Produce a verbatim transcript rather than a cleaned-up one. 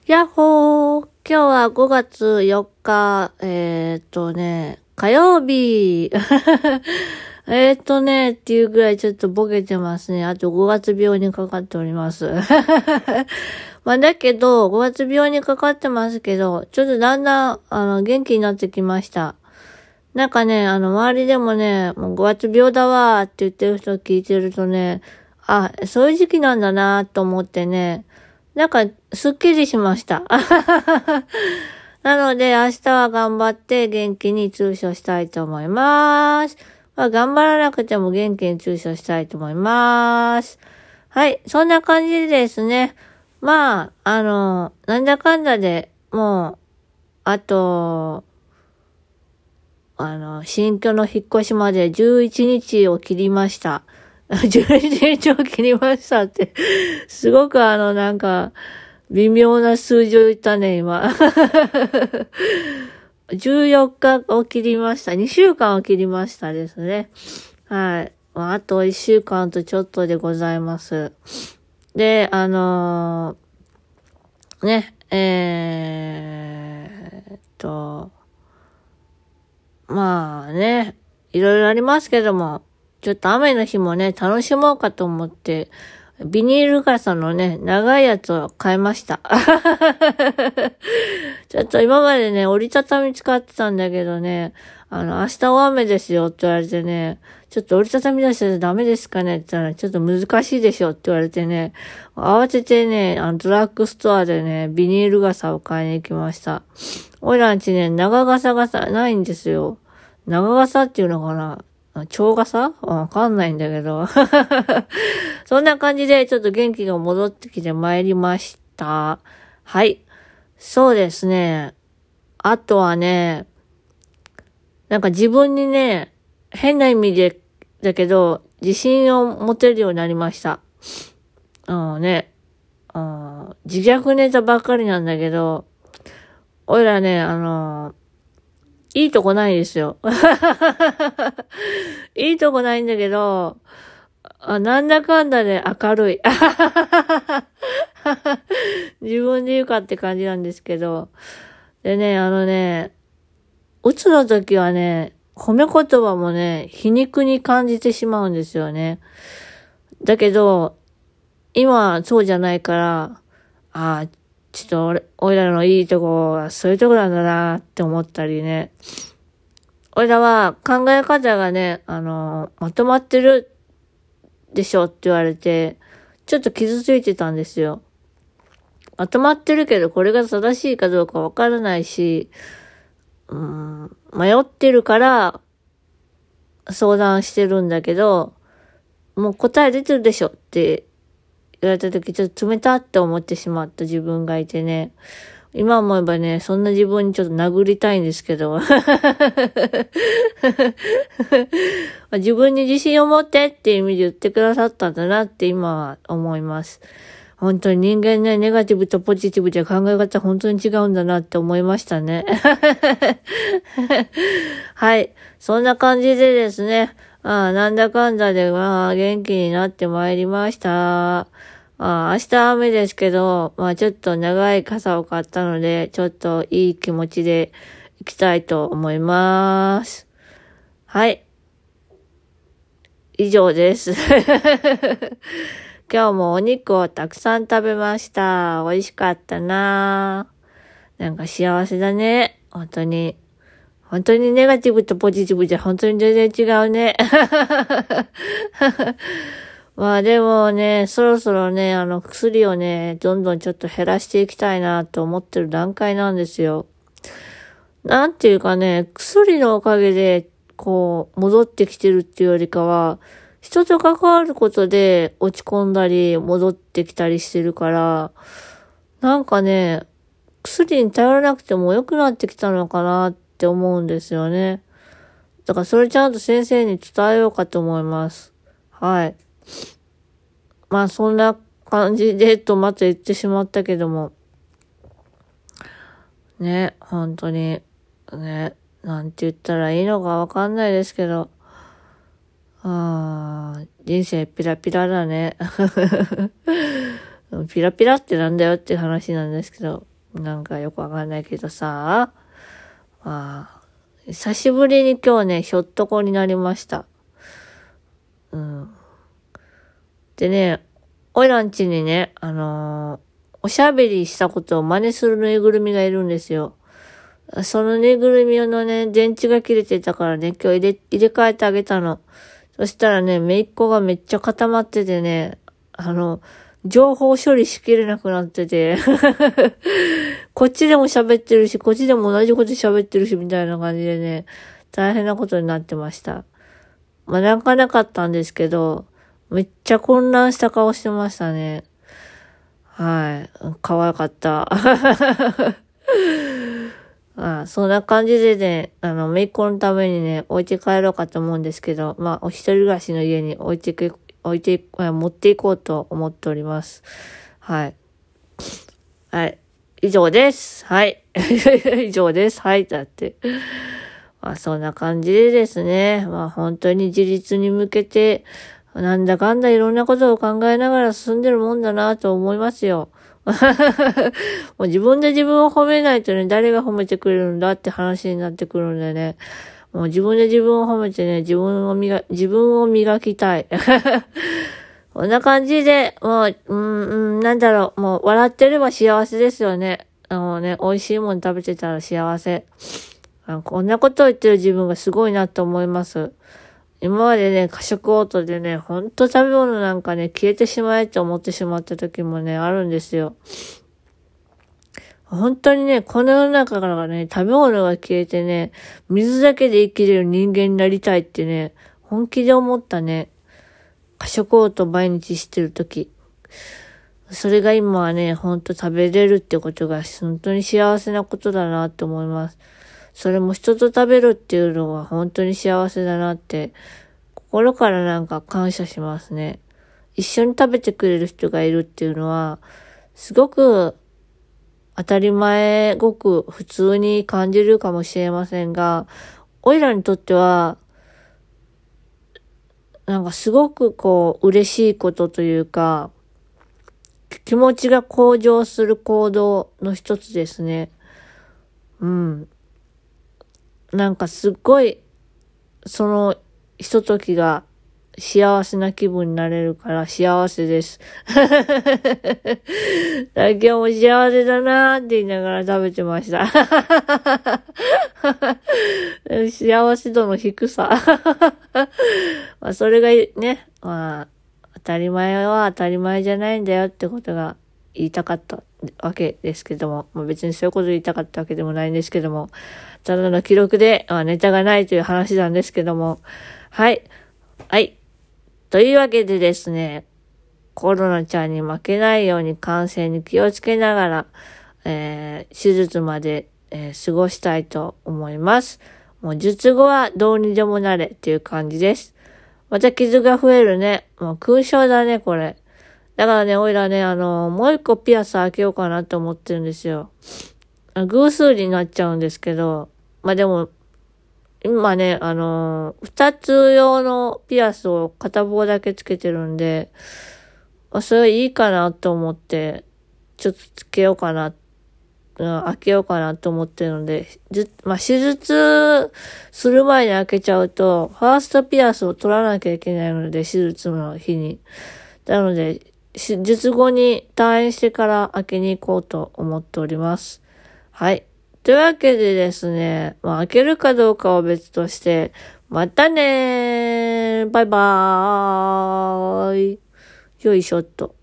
やっほー。今日はごがつよっか、えーっとね、火曜日。えーっとね、っていうぐらいちょっとボケてますね。あとごがつ病にかかっております。まあだけど、ごがつ病にかかってますけど、ちょっとだんだん、あの、元気になってきました。なんかね、あの、周りでもね、もうごがつ病だわーって言ってる人聞いてるとね、あ、そういう時期なんだなーと思ってね、なんか、すっきりしました。なので、明日は頑張って元気に通所したいと思います。まあ、頑張らなくても元気に通所したいと思います。はい、そんな感じですね。まあ、あの、なんだかんだでもう、あと、あの、新居の引っ越しまでじゅういちにちを切りました。じゅういちにちを切りましたって、すごくあの、なんか、微妙な数字を言ったね、今。じゅうよっかを切りました。にしゅうかんを切りましたですね。はい。あといっしゅうかんとちょっとでございます。で、あのー、ね、えーっと、まあね、いろいろありますけども、ちょっと雨の日もね、楽しもうかと思って、ビニール傘のね、長いやつを買いました。ちょっと今までね、折りたたみ使ってたんだけどね、あの、明日大雨ですよって言われてね、ちょっと折りたたみ出してダメですかねって言ったら、ちょっと難しいでしょって言われてね、慌ててね、あの、ドラッグストアでね、ビニール傘を買いに行きました。おいらんちね、長傘がさ、ないんですよ。長傘っていうのかな、長傘わかんないんだけど。そんな感じでちょっと元気が戻ってきてまいりました。はい。そうですね。あとはね、なんか自分にね、変な意味で、だけど、自信を持てるようになりました。うんね。うん、自虐ネタばっかりなんだけど、おいらね、あの、いいとこないですよ。いいとこないんだけど、あ、なんだかんだで明るい。自分で言うかって感じなんですけど。でね、あのね、鬱の時はね、褒め言葉もね、皮肉に感じてしまうんですよね。だけど、今はそうじゃないから、ああ、ちょっと俺、俺らのいいとこはそういうとこなんだなって思ったりね。俺らは考え方がね、あの、まとまってるでしょって言われて、ちょっと傷ついてたんですよ。まとまってるけど、これが正しいかどうかわからないし、うーん、迷ってるから相談してるんだけど、もう答え出てるでしょって言われた時、ちょっと冷たって思ってしまった自分がいてね。今思えばね、そんな自分にちょっと殴りたいんですけど。自分に自信を持ってっていう意味で言ってくださったんだなって今は思います。本当に人間ね、ネガティブとポジティブじゃ考え方本当に違うんだなって思いましたね。はい。そんな感じでですね。ああ、なんだかんだで、まあ、元気になってまいりました。ああ、明日雨ですけど、まあちょっと長い傘を買ったので、ちょっといい気持ちで行きたいと思います。はい。以上です。今日もお肉をたくさん食べました。美味しかったなぁ。なんか幸せだね。本当に。本当にネガティブとポジティブじゃ本当に全然違うね。まあでもね、そろそろね、あの薬をね、どんどんちょっと減らしていきたいなと思ってる段階なんですよ。なんていうかね、薬のおかげで、こう、戻ってきてるっていうよりかは、人と関わることで落ち込んだり、戻ってきたりしてるから、なんかね、薬に頼らなくても良くなってきたのかなって思うんですよね。だからそれちゃんと先生に伝えようかと思います。はい。まあそんな感じでとまた言ってしまったけども。ね、本当に、ね、なんて言ったらいいのかわかんないですけど。あー、人生ピラピラだね。ピラピラってなんだよっていう話なんですけど。 なんかよくわかんないけどさ。まあ、久しぶりに今日ね、ひょっとこになりました。うん。でね、おいらんちにね、あのー、おしゃべりしたことを真似するぬいぐるみがいるんですよ。そのぬいぐるみのね、電池が切れてたからね、今日入れ、入れ替えてあげたの。そしたらね、めいっ子がめっちゃ固まっててね、あの、情報処理しきれなくなってて、こっちでも喋ってるし、こっちでも同じこと喋ってるし、みたいな感じでね、大変なことになってました。まあ、泣かなかったんですけど、めっちゃ混乱した顔してましたね。はい。可愛かった。ああ、そんな感じでね、あの、めいっ子のためにね、置いて帰ろうかと思うんですけど、まあ、お一人暮らしの家に置いてく、置いて、持っていこうと思っております。はい。はい。以上です。はい。以上です。はい。だって。まあ、そんな感じでですね。まあ、本当に自立に向けて、なんだかんだいろんなことを考えながら進んでるもんだなと思いますよ。もう自分で自分を褒めないとね、誰が褒めてくれるんだって話になってくるんでね。もう自分で自分を褒めてね、自分を磨、自分を磨きたい。こんな感じで、もう、うん、うん、なんだろう、もう笑ってれば幸せですよね。あのね、美味しいもの食べてたら幸せ。あのこんなことを言ってる自分がすごいなと思います。今までね、過食嘔吐でね、ほんと食べ物なんかね、消えてしまえって思ってしまった時もね、あるんですよ。本当にね、この世の中からね、食べ物が消えてね、水だけで生きれる人間になりたいってね、本気で思ったね。過食嘔吐毎日してる時。それが今はね、ほんと食べれるってことが本当に幸せなことだなって思います。それも人と食べるっていうのは本当に幸せだなって、心からなんか感謝しますね。一緒に食べてくれる人がいるっていうのは、すごく当たり前、ごく普通に感じるかもしれませんが、おいらにとっては、なんかすごくこう、嬉しいことというか、気持ちが向上する行動の一つですね。うん。なんかすっごい、そのひとときが幸せな気分になれるから幸せです。だけも幸せだなーって言いながら食べてました。幸せ度の低さ。まあそれがね、まあ当たり前は当たり前じゃないんだよってことが言いたかったわけですけども、まあ、別にそういうこと言いたかったわけでもないんですけども、ただの記録で、まあ、ネタがないという話なんですけども、はい。はい。というわけでですね、コロナちゃんに負けないように感染に気をつけながら、えー、手術まで、えー、過ごしたいと思います。もう術後はどうにでもなれっていう感じです。また傷が増えるね。もう空床だね、これ。だからね、おいらね、あの、もう一個ピアス開けようかなって思ってるんですよ。偶数になっちゃうんですけど、まあ、でも、今ね、あのー、二つ用のピアスを片方だけつけてるんで、まあ、それいいかなと思って、ちょっとつけようかな、うん、開けようかなと思ってるので、じまあ、手術する前に開けちゃうと、ファーストピアスを取らなきゃいけないので、手術の日に。なので、術後に退院してから開けに行こうと思っております。はい。というわけでですね、まあ、開けるかどうかは別として、またねー。バイバーイ。よいしょっと。